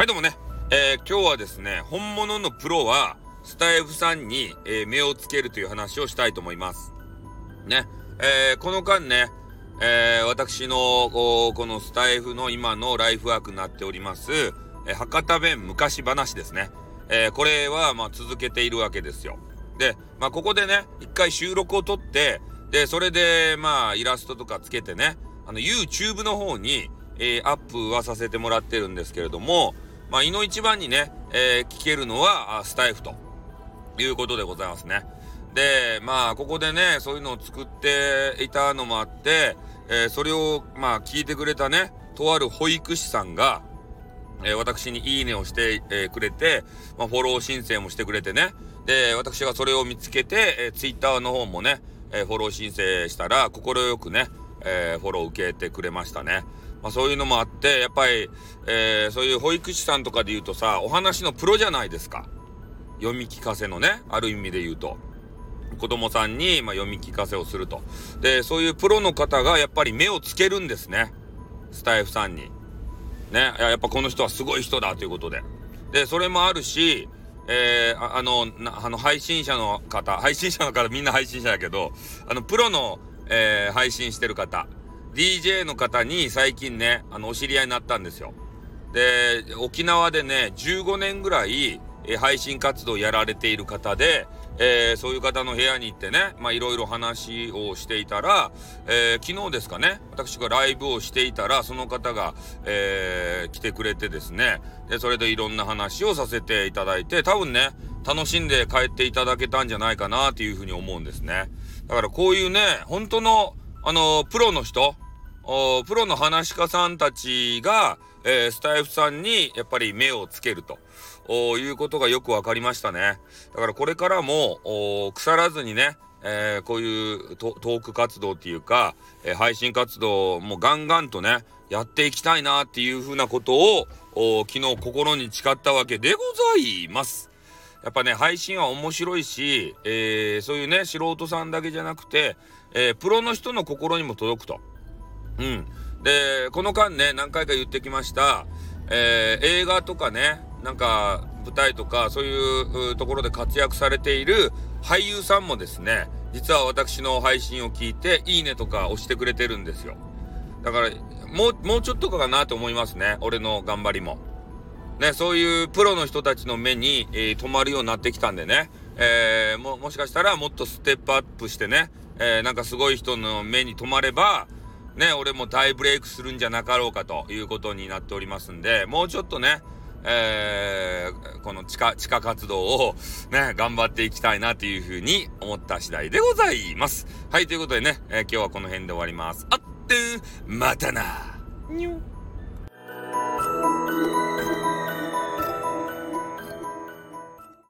でもね、今日はですね、本物のプロはスタイフさんに、目をつけるという話をしたいと思います。ね、この間ね、私のこのスタイフの今のライフワークになっております、博多弁昔話ですね。これは続けているわけですよ。で、ここでね、一回収録を撮って、で、それでイラストとかつけてね、YouTube の方に、アップはさせてもらってるんですけれども、いの一番にね、聞けるのはスタイフということでございますね。で、ここでね、そういうのを作っていたのもあって、それを聞いてくれたね、とある保育士さんが、私にいいねをして、くれて、フォロー申請もしてくれてね。で、私がそれを見つけて、Twitter の方もね、フォロー申請したら、快くね、フォロー受けてくれましたね。そういうのもあって、やっぱり、そういう保育士さんとかで言うとさ、お話のプロじゃないですか。読み聞かせのね、ある意味で言うと。子供さんに、読み聞かせをすると。で、そういうプロの方がやっぱり目をつけるんですね。スタイフさんに。ね、やっぱこの人はすごい人だということで。で、それもあるし、配信者の方みんな配信者だけど、プロの、配信してる方、DJ の方に最近ね、お知り合いになったんですよ。で、沖縄でね、15年ぐらい、配信活動をやられている方で、そういう方の部屋に行ってね、いろいろ話をしていたら、昨日ですかね、私がライブをしていたら、その方が、来てくれてですね、で、それでいろんな話をさせていただいて、多分ね、楽しんで帰っていただけたんじゃないかなというふうに思うんですね。だからこういうね、本当の、プロの人、プロの話し家さんたちが、スタイフさんにやっぱり目をつけるということがよくわかりましたね。だからこれからも腐らずにね、こういうトーク活動っていうか、配信活動もガンガンとねやっていきたいなっていうふうなことを昨日心に誓ったわけでございます。やっぱね、配信は面白いし、そういうね素人さんだけじゃなくて、プロの人の心にも届くと。で、この間ね、何回か言ってきました、映画とかね、なんか舞台とかそういうところで活躍されている俳優さんもですね、実は私の配信を聞いていいねとか押してくれてるんですよ。だからもうちょっとかなと思いますね、俺の頑張りもね。そういうプロの人たちの目に、留まるようになってきたんでね、もしかしたらもっとステップアップしてね、なんかすごい人の目に留まればね、俺も大ブレイクするんじゃなかろうかということになっておりますんで、もうちょっとね、この地下活動をね、頑張っていきたいなというふうに思った次第でございます。はい、ということでね、今日はこの辺で終わります。またな。にゅ